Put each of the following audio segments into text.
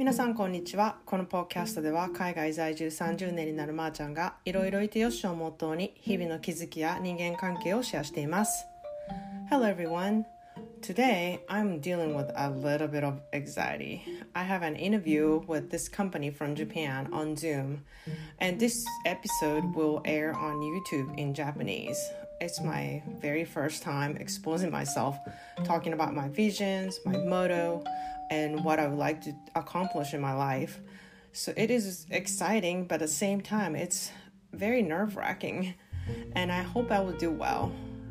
皆さんこんにちは。このポッドキャストでは海外在住30年になるまーちゃんがいろいろいてよしをモットーに日々の気づきや人間関係をシェアしています。Hello everyone. Today I'm dealing with a little bit of anxiety. I have an interview with this company from Japan on Zoom, and this episode will air on YouTube in Japanese. It's my very first time exposing myself, talking about my visions, my motto, and what I would like to accomplish in my life. So it is exciting, but at the same time, it's very nerve-wracking, and I hope I will do well.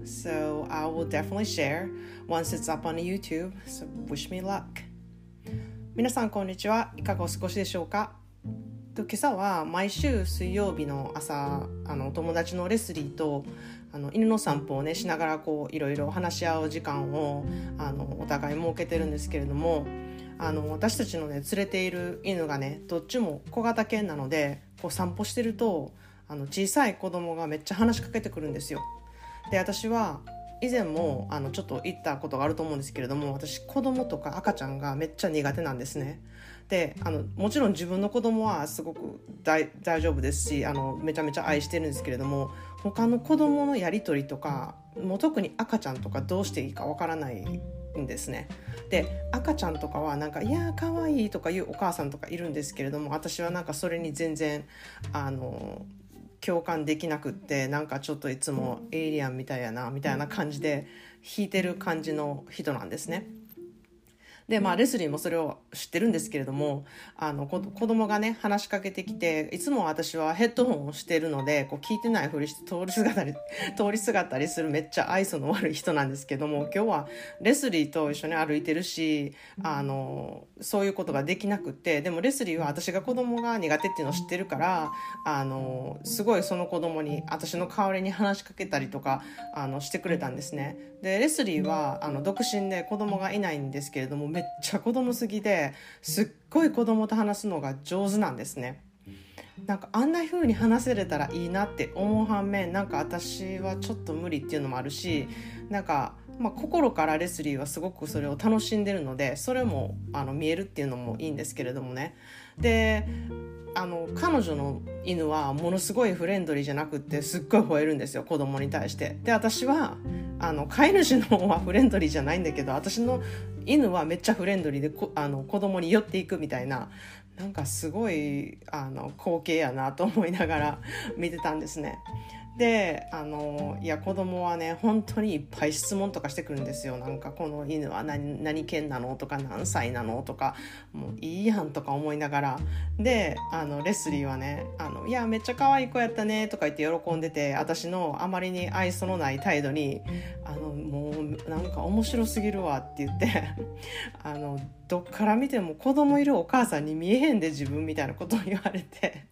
So I will definitely share once it's up on YouTube. So wish me luck. 皆さんこんにちは。いかがお過ごしでしょうか？今朝は毎週水曜日の朝、お友達のレスリーと犬の散歩をねしながらいろいろ話し合う時間をお互い設けてるんですけれども、私たちのね連れている犬がねどっちも小型犬なので散歩してると小さい子供がめっちゃ話しかけてくるんですよ。で、私は以前もちょっと言ったことがあると思うんですけれども、私子供とか赤ちゃんがめっちゃ苦手なんですね。で、もちろん自分の子供はすごく大丈夫ですしめちゃめちゃ愛してるんですけれども、他の子供のやり取りとかもう特に赤ちゃんとかどうしていいかわからないんですね。で、赤ちゃんとかはなんかいや可愛いとかいうお母さんとかいるんですけれども、私はなんかそれに全然共感できなくって、なんかちょっといつもエイリアンみたいやなみたいな感じで引いてる感じの人なんですね。で、レスリーもそれを知ってるんですけれども、子供がね話しかけてきて、いつも私はヘッドホンをしてるので聞いてないふりして通りすがったりするめっちゃ愛想の悪い人なんですけども、今日はレスリーと一緒に歩いてるしそういうことができなくって、でもレスリーは私が子供が苦手っていうのを知ってるからすごいその子供に私の代わりに話しかけたりとかしてくれたんですね。で、レスリーは独身で子供がいないんですけれども、めっちゃ子供好きですっごい子供と話すのが上手なんですね。なんかあんな風に話せれたらいいなって思う反面、なんか私はちょっと無理っていうのもあるし、なんか心からレスリーはすごくそれを楽しんでるので、それも見えるっていうのもいいんですけれどもね。で、彼女の犬はものすごいフレンドリーじゃなくってすっごい吠えるんですよ、子供に対して。で、私は飼い主の方はフレンドリーじゃないんだけど、私の犬はめっちゃフレンドリーで子供に寄っていくみたいな、なんかすごい光景やなと思いながら見てたんですね。で、いや子供はね本当にいっぱい質問とかしてくるんですよ。なんかこの犬は何犬なのとか何歳なのとか、もういいやんとか思いながら、でレスリーはねいやめっちゃ可愛い子やったねとか言って喜んでて、私のあまりに愛想のない態度にもうなんか面白すぎるわって言ってどっから見ても子供いるお母さんに見えへんで自分みたいなことを言われて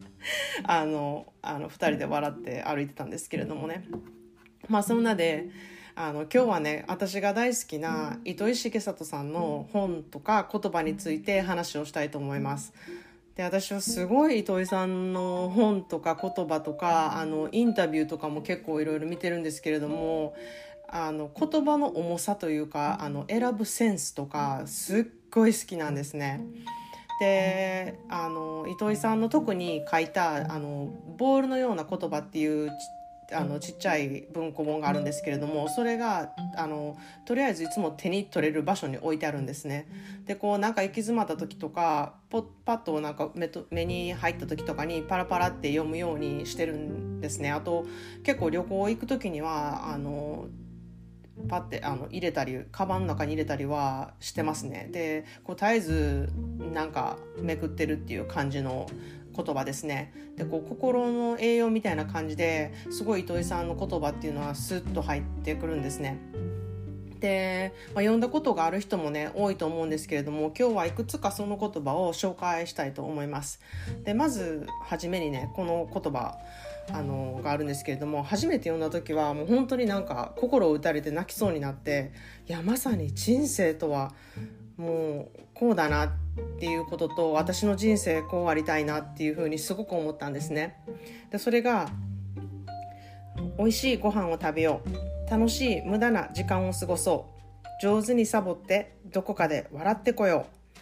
2人で笑って歩いてたんですけれどもね。そんなで今日はね、私が大好きな糸井重里さんの本とか言葉について話をしたいと思います。で、私はすごい糸井さんの本とか言葉とかインタビューとかも結構いろいろ見てるんですけれども、言葉の重さというか選ぶセンスとかすっごい好きなんですね。で、糸井さんの特に書いたボールのような言葉っていうちっちゃい文庫本があるんですけれども、それがとりあえずいつも手に取れる場所に置いてあるんですね。で、なんか行き詰まった時とかパッとなんか目に入った時とかにパラパラって読むようにしてるんですね。あと結構旅行行く時にはパッて入れたりカバンの中に入れたりはしてますね。で、絶えずなんかめくってるっていう感じの言葉ですね。で、心の栄養みたいな感じですごい糸井さんの言葉っていうのはスッと入ってくるんですね。で、読んだことがある人もね多いと思うんですけれども、今日はいくつかその言葉を紹介したいと思います。で、まずはじめにねこの言葉があるんですけれども、初めて読んだ時はもう本当になんか心を打たれて泣きそうになって、いやまさに人生とはもうこうだなっていうことと、私の人生こうありたいなっていうふうにすごく思ったんですね。で、それが美味しいご飯を食べよう、楽しい無駄な時間を過ごそう、上手にサボってどこかで笑ってこよう、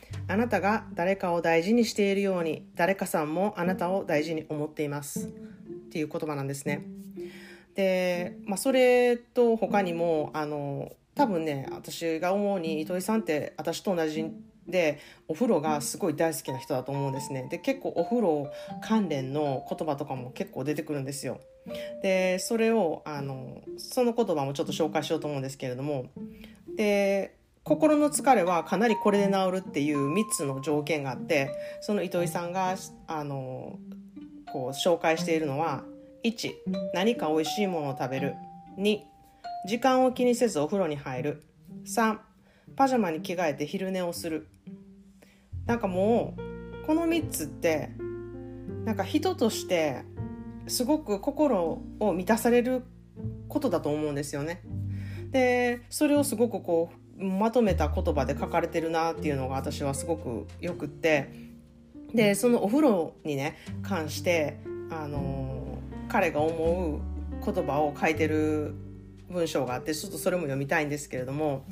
あなたが誰かを大事にしているように誰かさんもあなたを大事に思っていますっていう言葉なんですね。で、それと他にも多分ね、私が思うに糸井さんって私と同じでお風呂がすごい大好きな人だと思うんですね。で、結構お風呂関連の言葉とかも結構出てくるんですよ。で、それをその言葉もちょっと紹介しようと思うんですけれども、で、心の疲れはかなりこれで治るっていう3つの条件があって、その糸井さんがこう紹介しているのは、1、何か美味しいものを食べる。2、時間を気にせずお風呂に入る。3、パジャマに着替えて昼寝をする。なんかもうこの3つってなんか人としてすごく心を満たされることだと思うんですよね。で、それをすごくこうまとめた言葉で書かれてるなっていうのが私はすごくよくって、でそのお風呂にね関して彼が思う言葉を書いてる文章があって、ちょっとそれも読みたいんですけれども、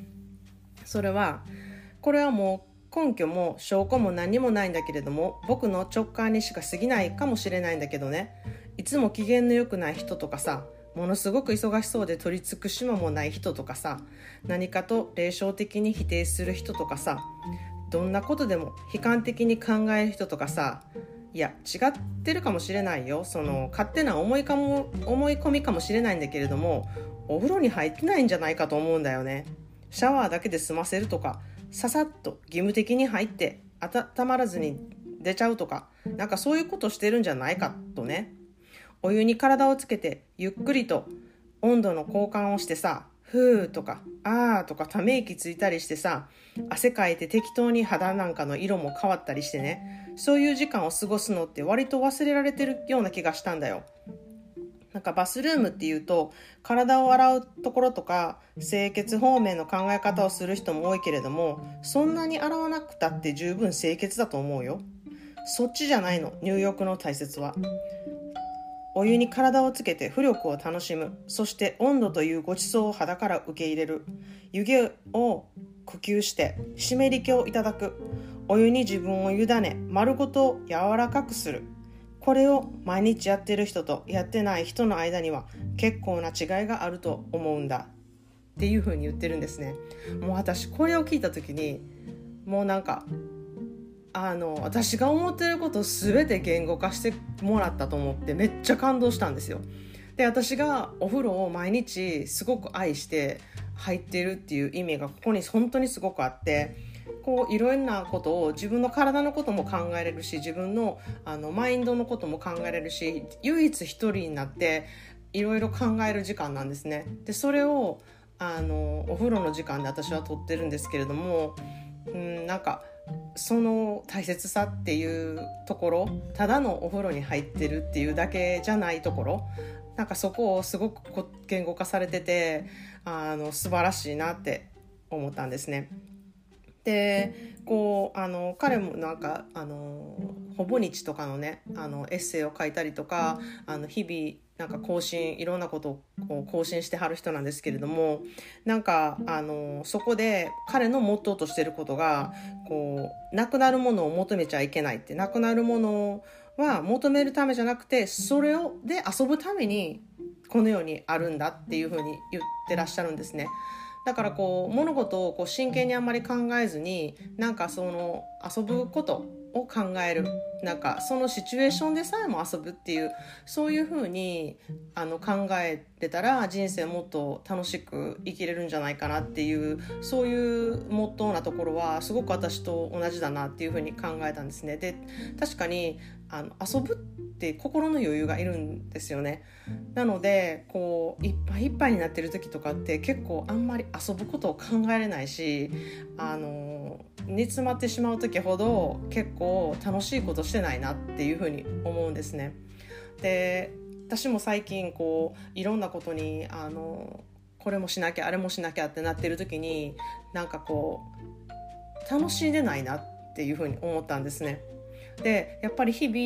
これはもう根拠も証拠も何もないんだけれども、僕の直感にしか過ぎないかもしれないんだけどね、いつも機嫌の良くない人とかさ、ものすごく忙しそうで取り付く島もない人とかさ、何かと霊障的に否定する人とかさ、どんなことでも悲観的に考える人とかさ、いや違ってるかもしれないよ、その勝手な思い込みかもしれないんだけれども、お風呂に入ってないんじゃないかと思うんだよね。シャワーだけで済ませるとか、ささっと義務的に入って温まらずに出ちゃうとか、なんかそういうことしてるんじゃないかとね。お湯に体をつけてゆっくりと温度の交換をしてさ、ふーとかあーとかため息ついたりしてさ、汗かいて適当に肌なんかの色も変わったりしてね、そういう時間を過ごすのって割と忘れられてるような気がしたんだよ。なんかバスルームっていうと体を洗うところとか清潔方面の考え方をする人も多いけれども、そんなに洗わなくたって十分清潔だと思うよ。そっちじゃないの、入浴の大切は。お湯に体をつけて浮力を楽しむ。そして温度というごちそうを肌から受け入れる。湯気を呼吸して湿り気をいただく。お湯に自分を委ね丸ごと柔らかくする。これを毎日やってる人とやってない人の間には結構な違いがあると思うんだっていう風に言ってるんですね。もう私これを聞いた時にもうなんか私が思ってることを全て言語化してもらったと思ってめっちゃ感動したんですよ。で、私がお風呂を毎日すごく愛して入ってるっていう意味がここに本当にすごくあって、こういろんなことを自分の体のことも考えれるし、自分のマインドのことも考えれるし、唯一一人になっていろいろ考える時間なんですね。で、それをお風呂の時間で私はとってるんですけれども、なんかその大切さっていうところ、ただのお風呂に入ってるっていうだけじゃないところ、なんかそこをすごく言語化されてて素晴らしいなって思ったんですね。で、こう彼もなんかほぼ日とかのねエッセイを書いたりとか日々なんかいろんなことを更新してはる人なんですけれども、なんかそこで彼のモットーとしてることが、こうなくなるものを求めちゃいけないって、なくなるものは求めるためじゃなくてそれをで遊ぶためにこの世にあるんだっていうふうに言ってらっしゃるんですね。だからこう物事をこう真剣にあんまり考えずに、なんかその遊ぶことを考える、なんかそのシチュエーションでさえも遊ぶっていう、そういう風に考えてたら人生もっと楽しく生きれるんじゃないかなっていう、そういうモットーなところはすごく私と同じだなっていう風に考えたんですね。で、確かに遊ぶって心の余裕がいるんですよね。なのでこういっぱいいっぱいになってる時とかって結構あんまり遊ぶことを考えれないし、煮詰まってしまう時ほど結構楽しいことしてないなっていうふうに思うんですね。で、私も最近こういろんなことにこれもしなきゃあれもしなきゃってなってる時に、なんかこう楽しんでないなっていうふうに思ったんですね。で、やっぱり日々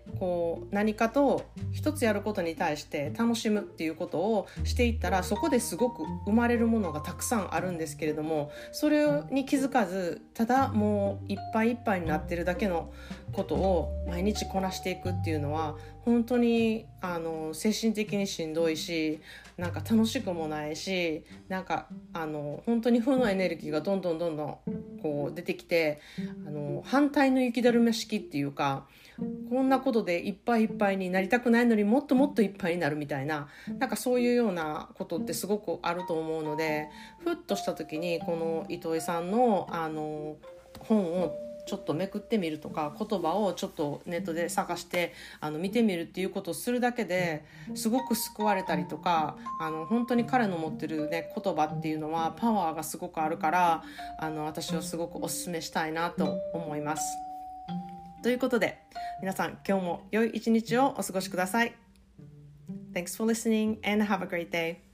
こう何かと一つやることに対して楽しむっていうことをしていったら、そこですごく生まれるものがたくさんあるんですけれども、それに気づかずただもういっぱいいっぱいになってるだけのことを毎日こなしていくっていうのは本当に精神的にしんどいし、なんか楽しくもないし、なんか本当に負のエネルギーがどんどんこう出てきて、反対の雪だるま式っていうか、こんなことでいっぱいいっぱいになりたくないのにもっともっといっぱいになるみたいな、なんかそういうようなことってすごくあると思うので、ふっとした時にこの糸井さんの本をちょっとめくってみるとか、言葉をちょっとネットで探して見てみるっていうことをするだけですごく救われたりとか、本当に彼の持ってる、ね、言葉っていうのはパワーがすごくあるから、私はすごくおすすめしたいなと思います。ということで皆さん、今日も良い一日をお過ごしください。Thanks for listening and have a great day.